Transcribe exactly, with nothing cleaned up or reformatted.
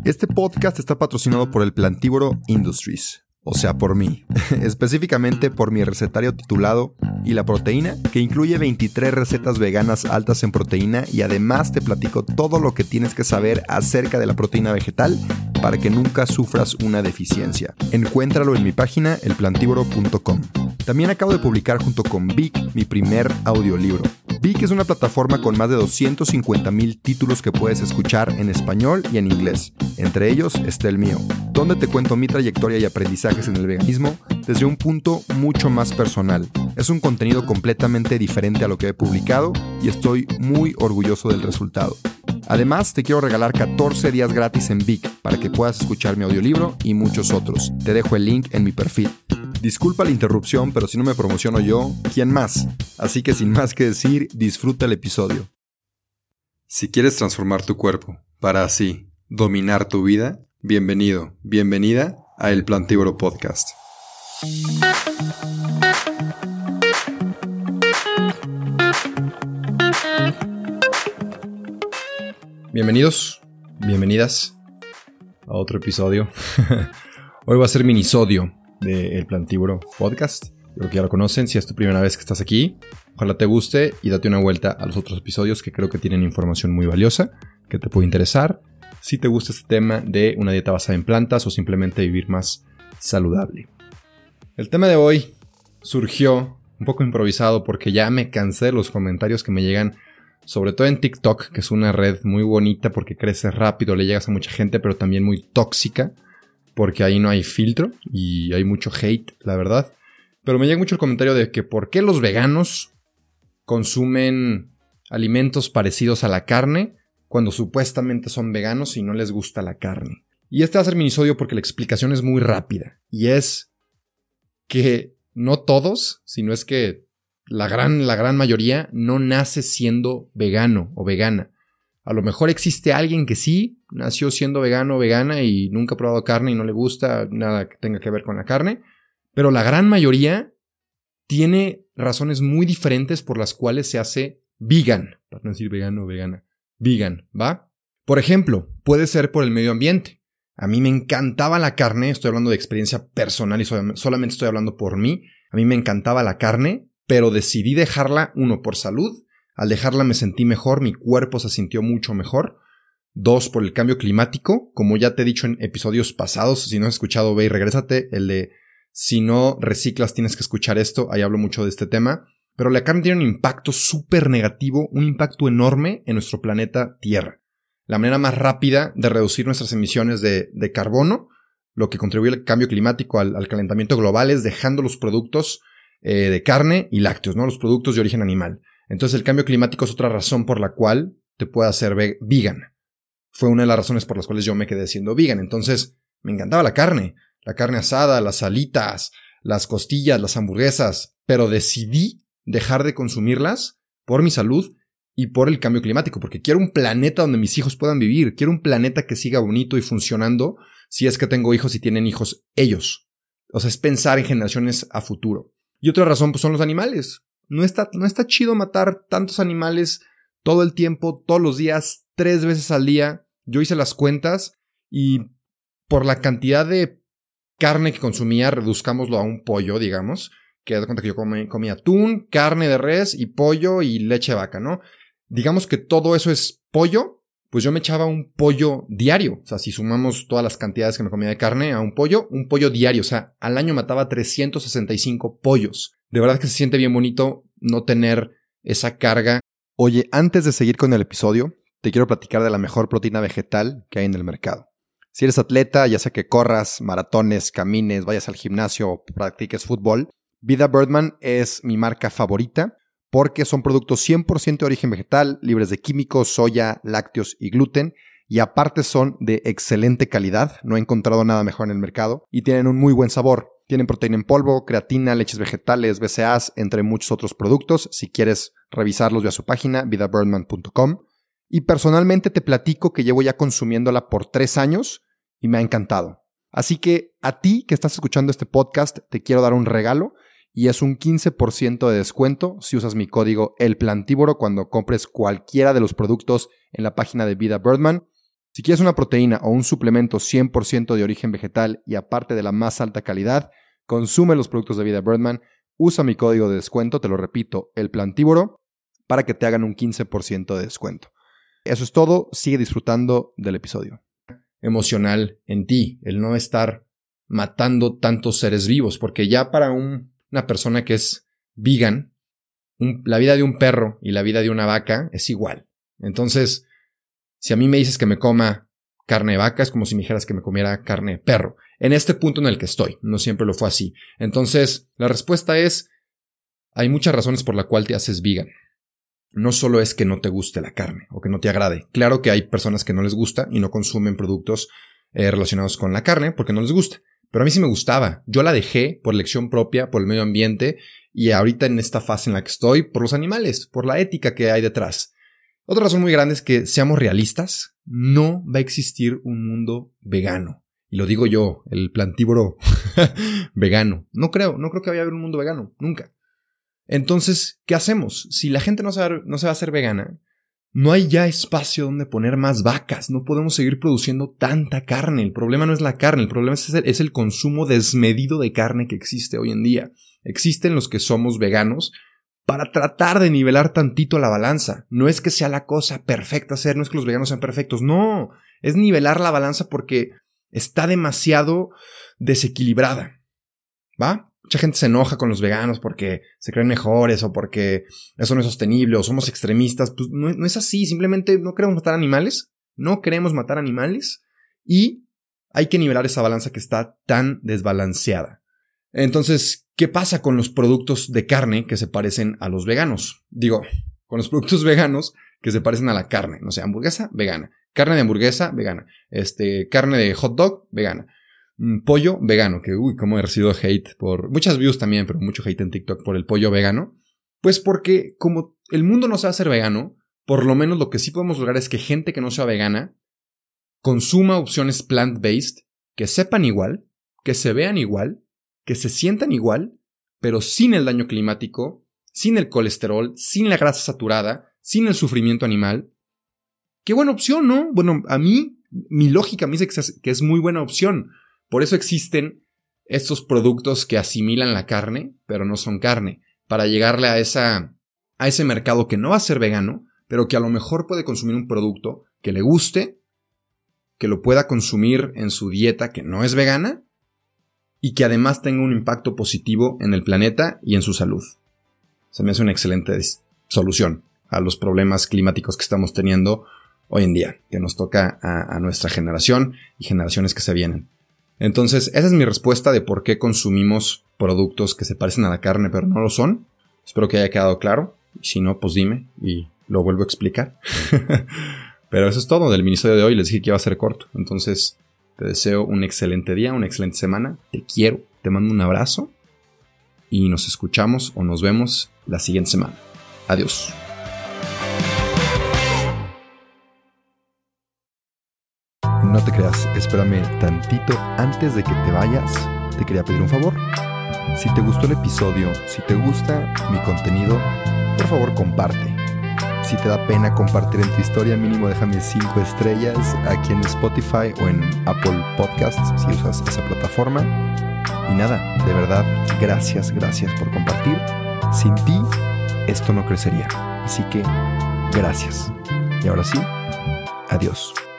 Este podcast está patrocinado por el Plantívoro Industries, o sea, por mí, específicamente por mi recetario titulado ¿Y la proteína?, que incluye veintitrés recetas veganas altas en proteína y además te platico todo lo que tienes que saber acerca de la proteína vegetal para que nunca sufras una deficiencia. Encuéntralo en mi página el plantívoro punto com. También acabo de publicar junto con Vic mi primer audiolibro. Vic es una plataforma con más de doscientos cincuenta mil títulos que puedes escuchar en español y en inglés. Entre ellos está el mío, donde te cuento mi trayectoria y aprendizajes en el veganismo desde un punto mucho más personal. Es un contenido completamente diferente a lo que he publicado y estoy muy orgulloso del resultado. Además, te quiero regalar catorce días gratis en Vic para que puedas escuchar mi audiolibro y muchos otros. Te dejo el link en mi perfil. Disculpa la interrupción, pero si no me promociono yo, ¿quién más? Así que sin más que decir, disfruta el episodio. Si quieres transformar tu cuerpo para así dominar tu vida, bienvenido, bienvenida a El Plantívoro Podcast. Bienvenidos, bienvenidas a otro episodio. Hoy va a ser minisodio de El Plantívoro Podcast. Yo creo que ya lo conocen. Si es tu primera vez que estás aquí, ojalá te guste y date una vuelta a los otros episodios que creo que tienen información muy valiosa que te puede interesar si te gusta este tema de una dieta basada en plantas o simplemente vivir más saludable. El tema de hoy surgió un poco improvisado porque ya me cansé de los comentarios que me llegan, sobre todo en TikTok, que es una red muy bonita porque crece rápido, le llegas a mucha gente, pero también muy tóxica, porque ahí no hay filtro y hay mucho hate, la verdad. Pero me llega mucho el comentario de que por qué los veganos consumen alimentos parecidos a la carne cuando supuestamente son veganos y no les gusta la carne. Y este va a ser minisodio porque la explicación es muy rápida. Y es que no todos, sino es que la gran, la gran mayoría no nace siendo vegano o vegana. A lo mejor existe alguien que sí nació siendo vegano o vegana y nunca ha probado carne y no le gusta nada que tenga que ver con la carne. Pero la gran mayoría tiene razones muy diferentes por las cuales se hace vegan. Para no decir vegano o vegana. Vegan, ¿va? Por ejemplo, puede ser por el medio ambiente. A mí me encantaba la carne. Estoy hablando de experiencia personal y solamente estoy hablando por mí. A mí me encantaba la carne, pero decidí dejarla, uno, por salud. Al dejarla me sentí mejor, mi cuerpo se sintió mucho mejor. Dos, por el cambio climático. Como ya te he dicho en episodios pasados, si no has escuchado, ve y regrésate. El de si no reciclas tienes que escuchar esto. Ahí hablo mucho de este tema. Pero la carne tiene un impacto súper negativo, un impacto enorme en nuestro planeta Tierra. La manera más rápida de reducir nuestras emisiones de, de carbono, lo que contribuye al cambio climático, al, al calentamiento global, es dejando los productos eh, de carne y lácteos, ¿no? Los productos de origen animal. Entonces el cambio climático es otra razón por la cual te puede hacer ve- vegan. Fue una de las razones por las cuales yo me quedé siendo vegan. Entonces me encantaba la carne, la carne asada, las alitas, las costillas, las hamburguesas, pero decidí dejar de consumirlas por mi salud y por el cambio climático, porque quiero un planeta donde mis hijos puedan vivir, quiero un planeta que siga bonito y funcionando si es que tengo hijos y tienen hijos ellos. O sea, es pensar en generaciones a futuro. Y otra razón pues son los animales. No está, no está chido matar tantos animales todo el tiempo, todos los días, tres veces al día. Yo hice las cuentas y por la cantidad de carne que consumía, reduzcámoslo a un pollo, digamos, que da cuenta que yo comí, comía atún, carne de res y pollo y leche de vaca, ¿no? Digamos que todo eso es pollo, pues yo me echaba un pollo diario. O sea, si sumamos todas las cantidades que me comía de carne a un pollo, un pollo diario. O sea, al año mataba trescientos sesenta y cinco pollos. De verdad que se siente bien bonito no tener esa carga. Oye, antes de seguir con el episodio, te quiero platicar de la mejor proteína vegetal que hay en el mercado. Si eres atleta, ya sea que corras, maratones, camines, vayas al gimnasio o practiques fútbol, Vida Birdman es mi marca favorita porque son productos cien por ciento de origen vegetal, libres de químicos, soya, lácteos y gluten, y aparte son de excelente calidad. No he encontrado nada mejor en el mercado y tienen un muy buen sabor. Tienen proteína en polvo, creatina, leches vegetales, B C A As, entre muchos otros productos. Si quieres revisarlos, ve a su página vida birdman punto com. Y personalmente te platico que llevo ya consumiéndola por tres años y me ha encantado. Así que a ti que estás escuchando este podcast te quiero dar un regalo y es un quince por ciento de descuento si usas mi código El Plantívoro cuando compres cualquiera de los productos en la página de Vida Birdman. Si quieres una proteína o un suplemento cien por ciento de origen vegetal y aparte de la más alta calidad, consume los productos de Vida Birdman, usa mi código de descuento, te lo repito, el Plantívoro, para que te hagan un quince por ciento de descuento. Eso es todo, sigue disfrutando del episodio. Emocional en ti, el no estar matando tantos seres vivos, porque ya para un, una persona que es vegan, un, la vida de un perro y la vida de una vaca es igual. Entonces, si a mí me dices que me coma carne de vaca, es como si me dijeras que me comiera carne de perro. En este punto en el que estoy, no siempre lo fue así. Entonces, la respuesta es, hay muchas razones por las cuales te haces vegan. No solo es que no te guste la carne o que no te agrade. Claro que hay personas que no les gusta y no consumen productos eh, relacionados con la carne porque no les gusta. Pero a mí sí me gustaba. Yo la dejé por elección propia, por el medio ambiente y ahorita en esta fase en la que estoy, por los animales, por la ética que hay detrás. Otra razón muy grande es que seamos realistas, no va a existir un mundo vegano. Y lo digo yo, el plantívoro vegano. No creo, no creo que vaya a haber un mundo vegano, nunca. Entonces, ¿qué hacemos? Si la gente no se va, no se va a hacer vegana, no hay ya espacio donde poner más vacas. No podemos seguir produciendo tanta carne. El problema no es la carne, el problema es el, es el consumo desmedido de carne que existe hoy en día. Existen los que somos veganos para tratar de nivelar tantito la balanza. No es que sea la cosa perfecta hacer, no es que los veganos sean perfectos, no, es nivelar la balanza porque está demasiado desequilibrada, ¿va? Mucha gente se enoja con los veganos porque se creen mejores o porque eso no es sostenible o somos extremistas. Pues no, no es así, simplemente no queremos matar animales, no queremos matar animales y hay que nivelar esa balanza que está tan desbalanceada. Entonces, ¿qué pasa con los productos de carne que se parecen a los veganos? Digo, con los productos veganos que se parecen a la carne. No sé, hamburguesa, vegana. Carne de hamburguesa, vegana. Este, carne de hot dog, vegana. Mm, pollo, vegano. Que, uy, cómo he recibido hate por... Muchas views también, pero mucho hate en TikTok por el pollo vegano. Pues porque como el mundo no se va a hacer vegano, por lo menos lo que sí podemos lograr es que gente que no sea vegana consuma opciones plant-based que sepan igual, que se vean igual, que se sientan igual, pero sin el daño climático, sin el colesterol, sin la grasa saturada, sin el sufrimiento animal. ¡Qué buena opción!, ¿no? Bueno, a mí, mi lógica me dice que es, que es muy buena opción. Por eso existen estos productos que asimilan la carne, pero no son carne, para llegarle a, esa, a ese mercado que no va a ser vegano, pero que a lo mejor puede consumir un producto que le guste, que lo pueda consumir en su dieta que no es vegana, y que además tenga un impacto positivo en el planeta y en su salud. Se me hace una excelente solución a los problemas climáticos que estamos teniendo hoy en día, que nos toca a, a nuestra generación y generaciones que se vienen. Entonces, esa es mi respuesta de por qué consumimos productos que se parecen a la carne pero no lo son. Espero que haya quedado claro. Y si no, pues dime y lo vuelvo a explicar. Pero eso es todo del minisodio de hoy. Les dije que iba a ser corto. Entonces, te deseo un excelente día, una excelente semana. Te quiero, te mando un abrazo y nos escuchamos o nos vemos la siguiente semana. Adiós. No te creas, espérame tantito antes de que te vayas. Te quería pedir un favor. Si te gustó el episodio, si te gusta mi contenido, por favor comparte. Si te da pena compartir en tu historia, mínimo déjame cinco estrellas aquí en Spotify o en Apple Podcasts si usas esa plataforma. Y nada, de verdad, gracias, gracias por compartir. Sin ti, esto no crecería. Así que, gracias. Y ahora sí, adiós.